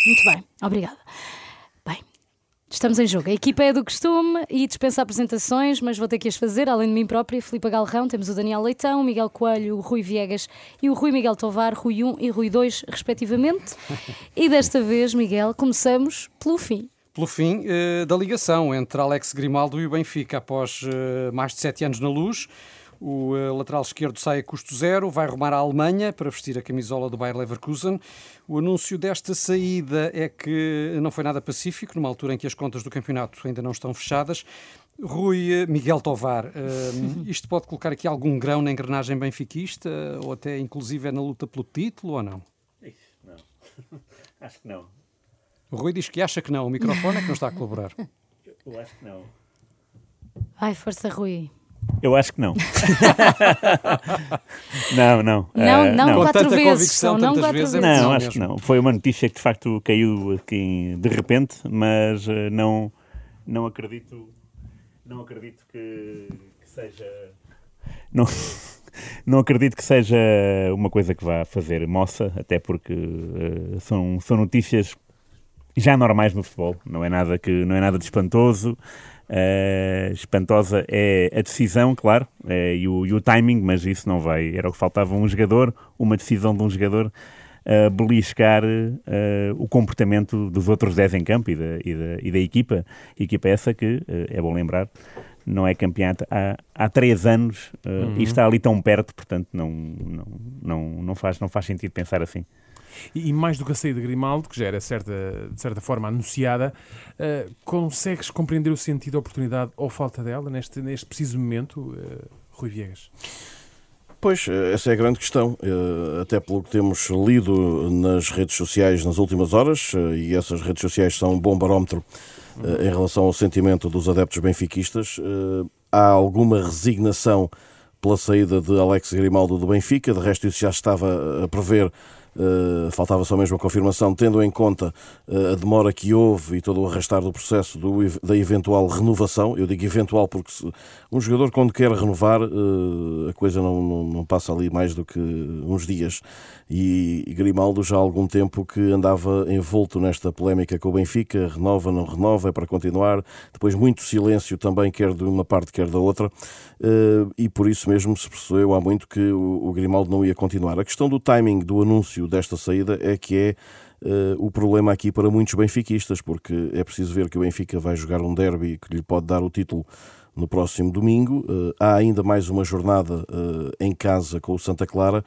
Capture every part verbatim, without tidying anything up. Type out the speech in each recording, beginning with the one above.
Muito bem, obrigada. Bem, estamos em jogo. A equipa é do costume e dispensa apresentações, mas vou ter que as fazer, além de mim própria, Filipa Galrão, temos o Daniel Leitão, o Miguel Coelho, o Rui Viegas e o Rui Miguel Tovar, Rui um e Rui dois, respectivamente. E desta vez, Miguel, começamos pelo fim. Pelo fim uh, da ligação entre Alex Grimaldo e o Benfica, após uh, mais de sete anos na Luz. O uh, lateral esquerdo sai a custo zero, vai rumar à Alemanha para vestir a camisola do Bayer Leverkusen. O anúncio desta saída é que não foi nada pacífico, numa altura em que as contas do campeonato ainda não estão fechadas. Rui, uh, Miguel Tovar, uh, isto pode colocar aqui algum grão na engrenagem benfiquista, uh, ou até inclusive é na luta pelo título, ou não? Ixi, não. Acho que não. O Rui diz que acha que não, o microfone é que não está a colaborar. Eu acho que não. Ai, força, Rui. Eu acho que não. não, não. Não, uh, não, não. quatro vezes. São Não tantas quatro vezes. vezes. Não, Não acho mesmo. que não. Foi uma notícia que de facto caiu aqui de repente, mas uh, não, não acredito, não acredito que, que seja... Não, não acredito que seja uma coisa que vá fazer moça, até porque uh, são, são notícias já normais no futebol. Não é nada, que, não é nada de espantoso. Uh, espantosa é a decisão, claro, uh, e, o, e o timing, mas isso não vai. Era o que faltava, um jogador, uma decisão de um jogador uh, beliscar uh, o comportamento dos outros dez em campo e da, e da, e da equipa. Equipa essa que, uh, é bom lembrar, não é campeã há, há três anos uh, uhum. e está ali tão perto, portanto não, não, não, não, faz, não faz sentido pensar assim. E, e mais do que a saída de Grimaldo, que já era certa, de certa forma anunciada, uh, consegues compreender o sentido da oportunidade ou falta dela neste, neste preciso momento, uh, Rui Viegas? Pois, essa é a grande questão, até pelo que temos lido nas redes sociais nas últimas horas, e essas redes sociais são um bom barómetro em relação ao sentimento dos adeptos benfiquistas. Há alguma resignação pela saída de Alex Grimaldo do Benfica, de resto isso já estava a prever. Uh, faltava só mesmo a confirmação, tendo em conta uh, a demora que houve e todo o arrastar do processo do, da eventual renovação. Eu digo eventual porque se, um jogador quando quer renovar uh, a coisa não, não, não passa ali mais do que uns dias, e, e Grimaldo já há algum tempo que andava envolto nesta polémica com o Benfica, renova, não renova, é para continuar, depois muito silêncio também, quer de uma parte quer da outra, uh, e por isso mesmo se percebeu há muito que o, o Grimaldo não ia continuar. A questão do timing do anúncio desta saída é que é uh, o problema aqui para muitos benfiquistas, porque é preciso ver que o Benfica vai jogar um derby que lhe pode dar o título no próximo domingo. Uh, há ainda mais uma jornada uh, em casa com o Santa Clara.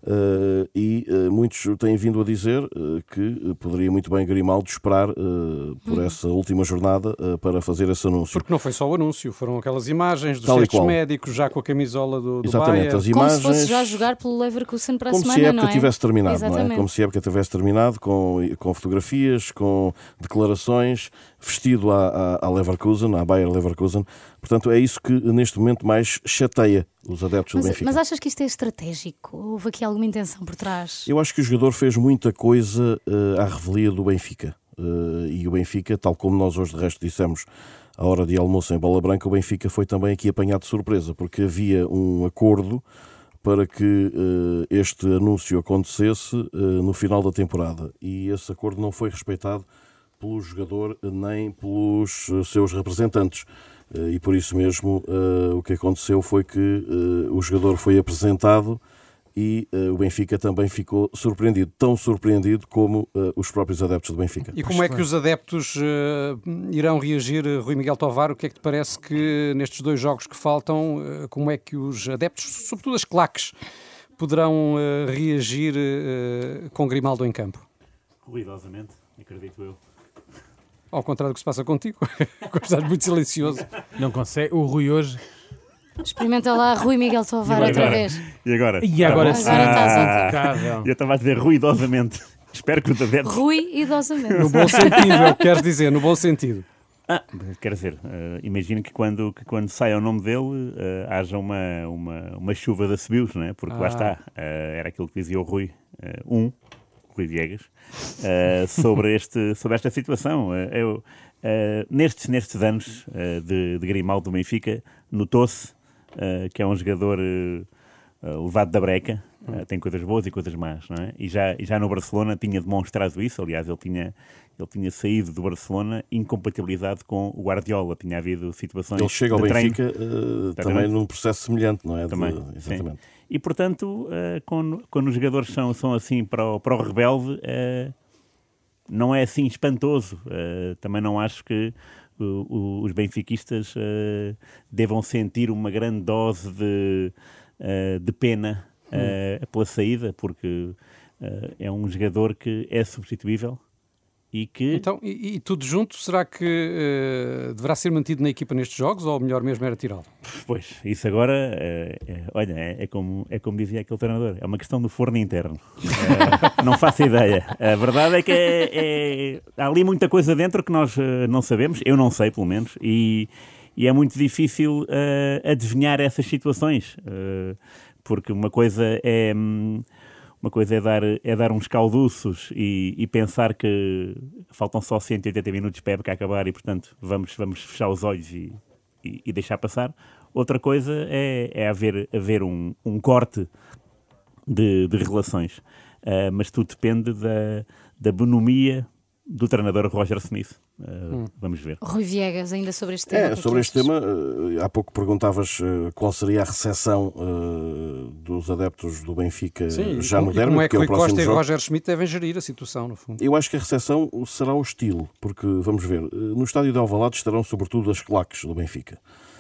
Uh, e uh, muitos têm vindo a dizer uh, que poderia muito bem Grimaldo esperar uh, por hum. essa última jornada uh, para fazer esse anúncio. Porque não foi só o anúncio, foram aquelas imagens dos Tal gestos médicos já com a camisola do, do Exatamente, Bayer. as imagens, como se fosse já jogar pelo Leverkusen para a como semana, se a época não é? tivesse terminado, Exatamente. não é? Como se a época tivesse terminado, com, com fotografias, com declarações, vestido à, à, à Leverkusen, à Bayer Leverkusen. Portanto, é isso que neste momento mais chateia os adeptos mas, do Benfica. Mas achas que isto é estratégico? Houve aqui alguma intenção por trás? Eu acho que o jogador fez muita coisa uh, à revelia do Benfica. Uh, e o Benfica, tal como nós hoje de resto dissemos à hora de almoço em Bola Branca, o Benfica foi também aqui apanhado de surpresa, porque havia um acordo para que uh, este anúncio acontecesse uh, no final da temporada. E esse acordo não foi respeitado pelo jogador nem pelos uh, seus representantes. Uh, e por isso mesmo uh, o que aconteceu foi que uh, o jogador foi apresentado e uh, o Benfica também ficou surpreendido, tão surpreendido como uh, os próprios adeptos do Benfica. E como é que os adeptos uh, irão reagir, Rui Miguel Tovar? O que é que te parece que nestes dois jogos que faltam, uh, como é que os adeptos, sobretudo as claques, poderão uh, reagir uh, com Grimaldo em campo? Ruidosamente, acredito eu. Ao contrário do que se passa contigo, estás muito silencioso. Não consegue, o Rui hoje... Experimenta lá Rui Miguel Tovar outra vez. E agora? E agora sim. Agora estás ah, impecável. Eu estava a dizer ruidosamente. Espero que os adeptos... Ruidosamente. No bom sentido, é o que queres dizer, no bom sentido. Ah, quer dizer, uh, imagino que quando, que quando saia o nome dele uh, haja uma, uma, uma chuva de assobios, não é? Porque ah. lá está, uh, era aquilo que dizia o Rui, uh, um, Rui Viegas, uh, sobre, este, sobre esta situação. Uh, eu, uh, nestes, nestes anos uh, de, de Grimaldo do Benfica, notou-se uh, que é um jogador uh, uh, levado da breca, Uh, tem coisas boas e coisas más, não é? E já, e já no Barcelona tinha demonstrado isso. Aliás, ele tinha, ele tinha saído do Barcelona incompatibilizado com o Guardiola. Tinha havido situações Ele chega ao de treino. Benfica uh, também num processo semelhante, não é? Também, de, exatamente. Sim. E, portanto, uh, quando, quando os jogadores são, são assim para o, para o rebelde, uh, não é assim espantoso. Uh, também não acho que uh, uh, os benfiquistas uh, devam sentir uma grande dose de, uh, de pena uh, pela saída, porque uh, é um jogador que é substituível. E que... Então, e, e tudo junto, será que uh, deverá ser mantido na equipa nestes jogos ou o melhor mesmo era tirá-lo? Pois, isso agora, é, é, olha, é, é, como, é como dizia aquele treinador, é uma questão do forno interno. É, não faço ideia. A verdade é que é, é, há ali muita coisa dentro que nós uh, não sabemos, eu não sei pelo menos, e, e é muito difícil uh, adivinhar essas situações, uh, porque uma coisa é... Hum, Uma coisa é dar, é dar uns calduços e, e pensar que faltam só cento e oitenta minutos para a época acabar e, portanto, vamos, vamos fechar os olhos e, e, e deixar passar. Outra coisa é, é haver, haver um, um corte de, de relações. Uh, mas tudo depende da, da bonomia do treinador Roger Smith. Uh, hum. Vamos ver. Rui Viegas, ainda sobre este tema. É, sobre este tema, uh, há pouco perguntavas uh, qual seria a recepção uh, dos adeptos do Benfica. Sim, já no derby, como é que, que é o Rui próximo Costa jogo. e Roger Schmidt devem gerir a situação, no fundo? Eu acho que a recepção será o estilo, porque, vamos ver, no estádio de Alvalade estarão sobretudo as claques do Benfica.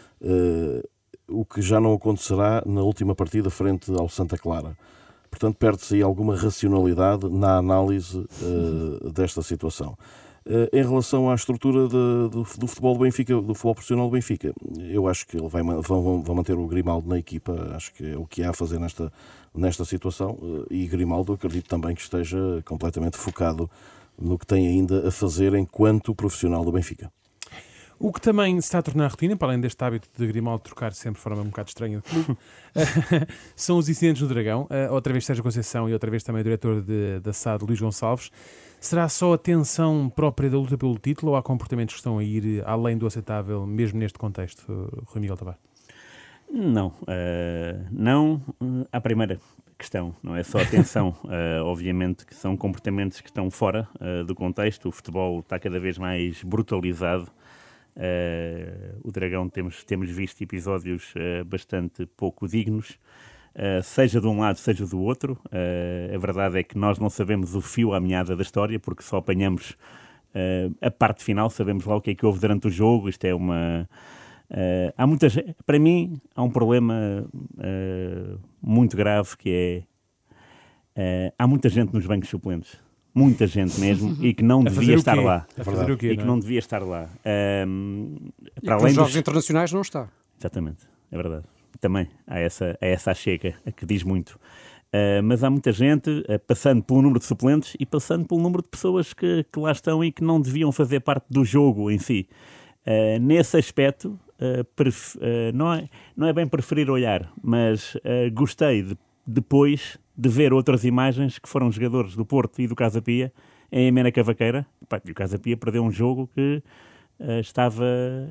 Uh, o que já não acontecerá na última partida frente ao Santa Clara. Portanto, perde-se aí alguma racionalidade na análise uh, desta situação. Uh, em relação à estrutura de, do, do futebol do Benfica, do futebol profissional do Benfica, eu acho que ele vai, vão, vão manter o Grimaldo na equipa, acho que é o que há a fazer nesta, nesta situação, uh, e Grimaldo acredito também que esteja completamente focado no que tem ainda a fazer enquanto profissional do Benfica. O que também se está a tornar rotina, para além deste hábito de Grimaldo trocar sempre de forma um bocado estranha de clube, são os incidentes no Dragão. Uh, outra vez Sérgio Conceição e outra vez também o diretor de, da S A D, Luís Gonçalves. Será só a tensão própria da luta pelo título ou há comportamentos que estão a ir além do aceitável, mesmo neste contexto, Rui Miguel Tavares? Não. Uh, não uh, à primeira questão. Não é só a tensão. uh, obviamente que são comportamentos que estão fora uh, do contexto. O futebol está cada vez mais brutalizado. Uh, o Dragão temos, temos visto episódios uh, bastante pouco dignos. Uh, seja de um lado, seja do outro. Uh, a verdade é que nós não sabemos o fio à meada da história, porque só apanhamos uh, a parte final, sabemos lá o que é que houve durante o jogo. Isto é uma... Uh, há muitas... Para mim, há um problema uh, muito grave, que é... Uh, há muita gente nos bancos suplentes. Muita gente mesmo, e que não devia estar lá. A fazer o quê, e que não, é? não devia estar lá. Um, e para além os jogos dos... internacionais não está. Exatamente, é verdade. Também há essa, há essa chega que diz muito. Uh, mas há muita gente uh, passando pelo número de suplentes e passando pelo número de pessoas que, que lá estão e que não deviam fazer parte do jogo em si. Uh, nesse aspecto, uh, pref... uh, não, é, não é bem preferir olhar, mas uh, gostei de, depois de ver outras imagens que foram jogadores do Porto e do Casa Pia em Amena Cavaqueira. E o Casa Pia perdeu um jogo que uh, estava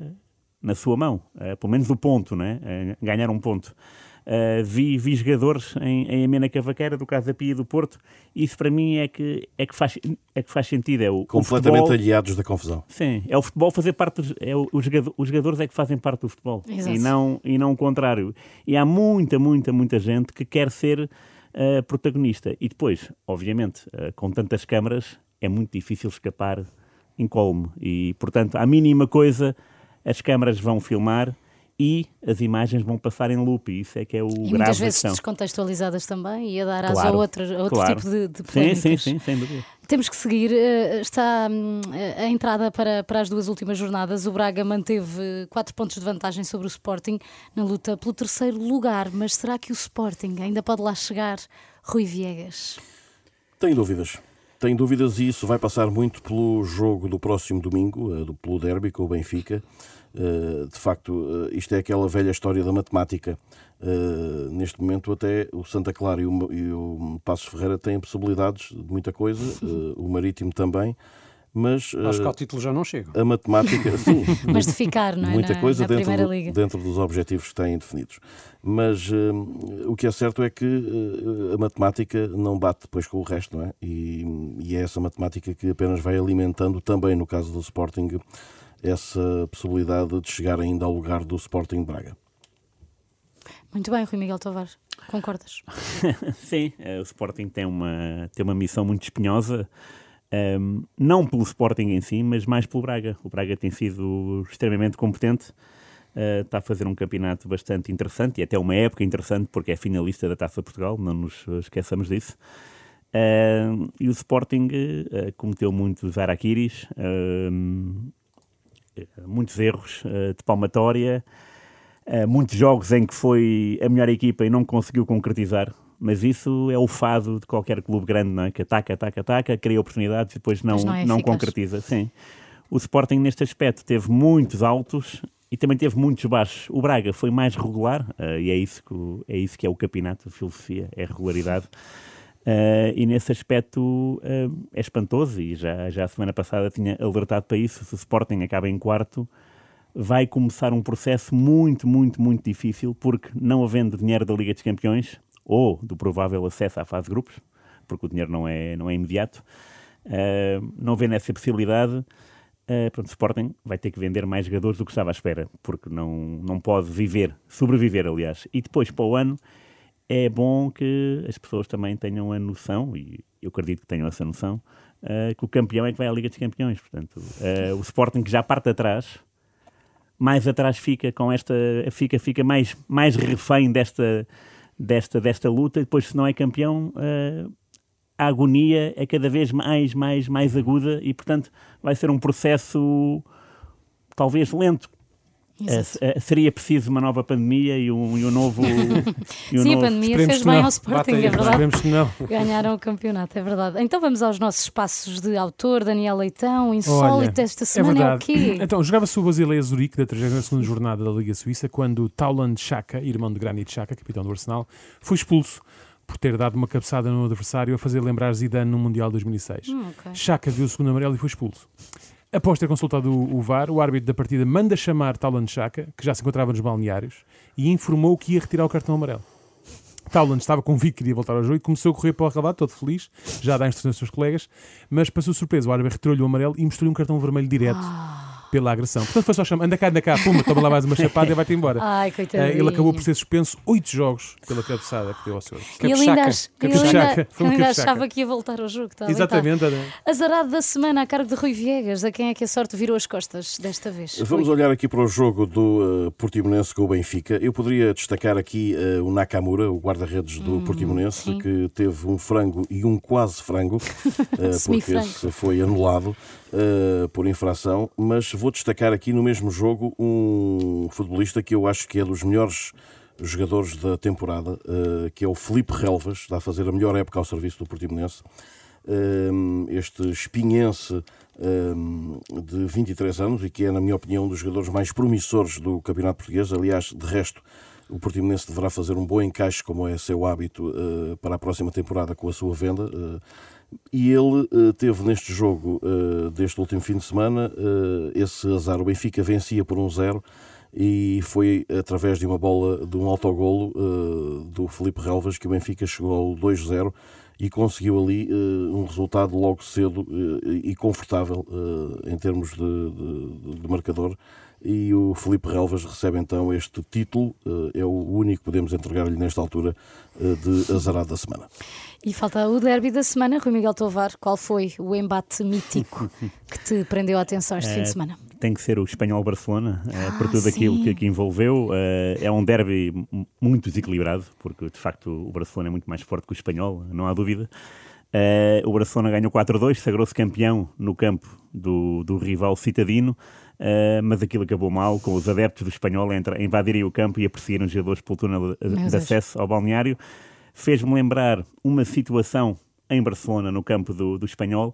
na sua mão, uh, pelo menos o ponto, né? Uh, ganhar um ponto. Uh, vi, vi jogadores em, em Amena Cavaqueira do Casa Pia e do Porto. Isso para mim é que, é que, faz, é que faz sentido. É o, completamente o futebol, aliados da confusão. Sim, é o futebol fazer parte, do, é o, os, jogadores, os jogadores é que fazem parte do futebol. E não, e não o contrário. E há muita, muita, muita gente que quer ser Uh, protagonista. E depois, obviamente, uh, com tantas câmaras, é muito difícil escapar incólume. E, portanto, à mínima coisa, as câmaras vão filmar e as imagens vão passar em loop. E isso é que é o e grave muitas vezes questão. Descontextualizadas também e a dar asa claro, a, outra, a outro claro. tipo de, de polémicas. Sim, sim, sim, sem dúvida. Temos que seguir. Está a entrada para, para as duas últimas jornadas. O Braga manteve quatro pontos de vantagem sobre o Sporting na luta pelo terceiro lugar. Mas será que o Sporting ainda pode lá chegar? Rui Viegas. Tenho dúvidas. Tenho dúvidas e isso vai passar muito pelo jogo do próximo domingo, pelo derby com o Benfica. De facto, isto é aquela velha história da matemática. Neste momento até o Santa Clara e o Passos Ferreira têm possibilidades de muita coisa, o Marítimo também. Mas Acho que uh, ao título já não chegam. a matemática, sim, Mas de ficar, não é? muita na, coisa na dentro, Primeira do- Liga. dentro dos objetivos que têm definidos. Mas uh, o que é certo é que uh, a matemática não bate depois com o resto, não é? E, e é essa matemática que apenas vai alimentando também, no caso do Sporting, essa possibilidade de chegar ainda ao lugar do Sporting Braga. Muito bem, Rui Miguel Tovar. Concordas? Sim, o Sporting tem uma, tem uma missão muito espinhosa. Um, não pelo Sporting em si, mas mais pelo Braga. O Braga tem sido extremamente competente, uh, está a fazer um campeonato bastante interessante e até uma época interessante porque é finalista da Taça de Portugal, não nos esqueçamos disso. Uh, e o Sporting uh, cometeu muitos araquiris, uh, muitos erros uh, de palmatória, uh, muitos jogos em que foi a melhor equipa e não conseguiu concretizar. Mas isso é o fado de qualquer clube grande, não é? Que ataca, ataca, ataca, cria oportunidades e depois não, não, é não concretiza. Sim. O Sporting, neste aspecto, teve muitos altos e também teve muitos baixos. O Braga foi mais regular, uh, e é isso, que o, é isso que é o campeonato, a filosofia, é a regularidade. Uh, e nesse aspecto uh, é espantoso, e já, já a semana passada tinha alertado para isso. Se o Sporting acaba em quarto, vai começar um processo muito, muito, muito difícil, porque não havendo dinheiro da Liga dos Campeões, ou do provável acesso à fase de grupos, porque o dinheiro não é, não é imediato, uh, não vendo essa possibilidade, uh, pronto, o Sporting vai ter que vender mais jogadores do que estava à espera, porque não, não pode viver, sobreviver, aliás. E depois, para o ano, é bom que as pessoas também tenham a noção, e eu acredito que tenham essa noção, uh, que o campeão é que vai à Liga dos Campeões. Portanto, uh, o Sporting que já parte atrás, mais atrás fica com esta, fica, fica mais, mais refém desta... Desta, desta luta, e depois se não é campeão, uh, a agonia é cada vez mais, mais, mais aguda e, portanto, vai ser um processo talvez lento. Uh, uh, seria preciso uma nova pandemia e um, e um novo... e um Sim, novo... a pandemia Esperemos fez que bem não. ao Sporting, Bate aí, é verdade. Esperemos que não. Ganharam o campeonato, é verdade. Então vamos aos nossos espaços de autor, Daniel Leitão, insólito esta semana é, o quê? Então, jogava-se o Basileia Zurique da trigésima segunda jornada da Liga Suíça quando Tauland Xhaka, irmão de Granit Xhaka, capitão do Arsenal, foi expulso por ter dado uma cabeçada no adversário a fazer lembrar Zidane no Mundial dois mil e seis. Hum, okay. Xhaka viu o segundo amarelo e foi expulso. Após ter consultado o, o V A R, o árbitro da partida manda chamar Tauland Xhaka, que já se encontrava nos balneários, e informou que ia retirar o cartão amarelo. Tauland estava convicto que iria voltar ao jogo e começou a correr para o relvado, todo feliz, já a dar instruções aos seus colegas, mas passou surpresa, o árbitro retirou-lhe o amarelo e mostrou-lhe um cartão vermelho direto pela agressão. Portanto foi só chamar, anda cá, anda cá, puma, toma lá mais uma chapada e vai-te embora. Ai, coitadinho. Uh, ele acabou por ser suspenso oito jogos pela cabeçada que deu ao seu. E ele ainda, ach- ele ainda, Capuchaca. Foi um ainda capuchaca. achava que ia voltar ao jogo. Está a Exatamente. alentar. Azarado da semana a cargo de Rui Viegas. A quem é que a sorte virou as costas desta vez? Vamos Rui. olhar aqui para o jogo do uh, Portimonense com o Benfica. Eu poderia destacar aqui uh, o Nakamura, o guarda-redes do Hum, Portimonense, sim. que teve um frango e um quase frango, uh, porque Semifrango. esse foi anulado uh, por infração. Mas vou destacar aqui no mesmo jogo um futebolista que eu acho que é dos melhores jogadores da temporada, uh, que é o Filipe Relvas, está a fazer a melhor época ao serviço do Portimonense. Uh, este espinhense de vinte e três anos e que é, na minha opinião, um dos jogadores mais promissores do Campeonato Português. Aliás, de resto, o Portimonense deverá fazer um bom encaixe, como é seu hábito, para a próxima temporada com a sua venda. E ele teve neste jogo deste último fim de semana esse azar. O Benfica vencia por um zero e foi através de uma bola, de um autogolo do Filipe Relvas, que o Benfica chegou ao dois zero e conseguiu ali uh, um resultado logo cedo uh, e confortável uh, em termos de, de, de marcador. E o Filipe Relvas recebe então este título, uh, é o único que podemos entregar-lhe nesta altura uh, de azarado da semana. E falta o derby da semana, Rui Miguel Tovar. Qual foi o embate mítico que te prendeu a atenção este fim de semana? Tem que ser o Espanhol-Barcelona, Ah, por tudo sim. aquilo que, que envolveu. É um derby muito desequilibrado, porque de facto o Barcelona é muito mais forte que o Espanhol, não há dúvida. O Barcelona ganhou quatro a dois, sagrou-se campeão no campo do, do rival citadino, mas aquilo acabou mal, com os adeptos do Espanhol a invadirem o campo e a perseguirem os jogadores pelo túnel de acesso ao balneário. Fez-me lembrar uma situação em Barcelona, no campo do, do Espanhol,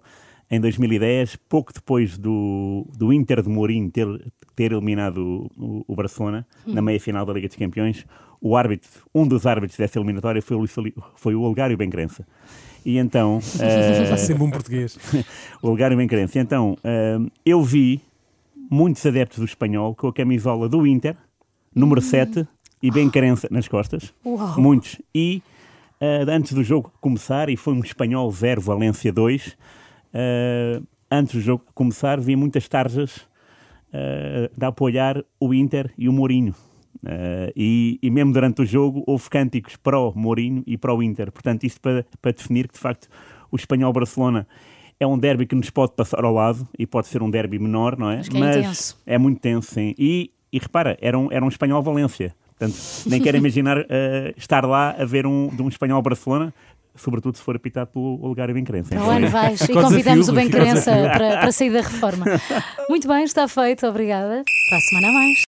em dois mil e dez, pouco depois do, do Inter de Mourinho ter, ter eliminado o, o Barcelona hum. na meia-final da Liga dos Campeões. O árbitro, um dos árbitros dessa eliminatória foi o, foi o Olegário Benquerença. E então... Uh, sempre um português. O Olegário Benquerença. Então, uh, eu vi muitos adeptos do Espanhol com a camisola do Inter, número hum. sete, e Benquerença nas costas. Uau. Muitos. E uh, antes do jogo começar, e foi um Espanhol zero, Valência dois, uh, antes do jogo começar, vi muitas tarjas uh, de apoiar o Inter e o Mourinho. Uh, e, e mesmo durante o jogo houve cânticos pró-Mourinho e pró-Inter. Portanto, isto para, para definir que, de facto, o Espanhol-Barcelona é um derby que nos pode passar ao lado e pode ser um derby menor, não é? Acho que é Mas intenso. É muito tenso, sim. E, e repara, era um, era um Espanhol-Valência. Portanto, nem quero imaginar uh, estar lá a ver um, de um Espanhol-Barcelona, sobretudo se for apitado pelo Olegário Benquerença. Para o ano vais e convidamos o Benquerença para, para sair da reforma. Muito bem, está feito. Obrigada. Para a semana a mais.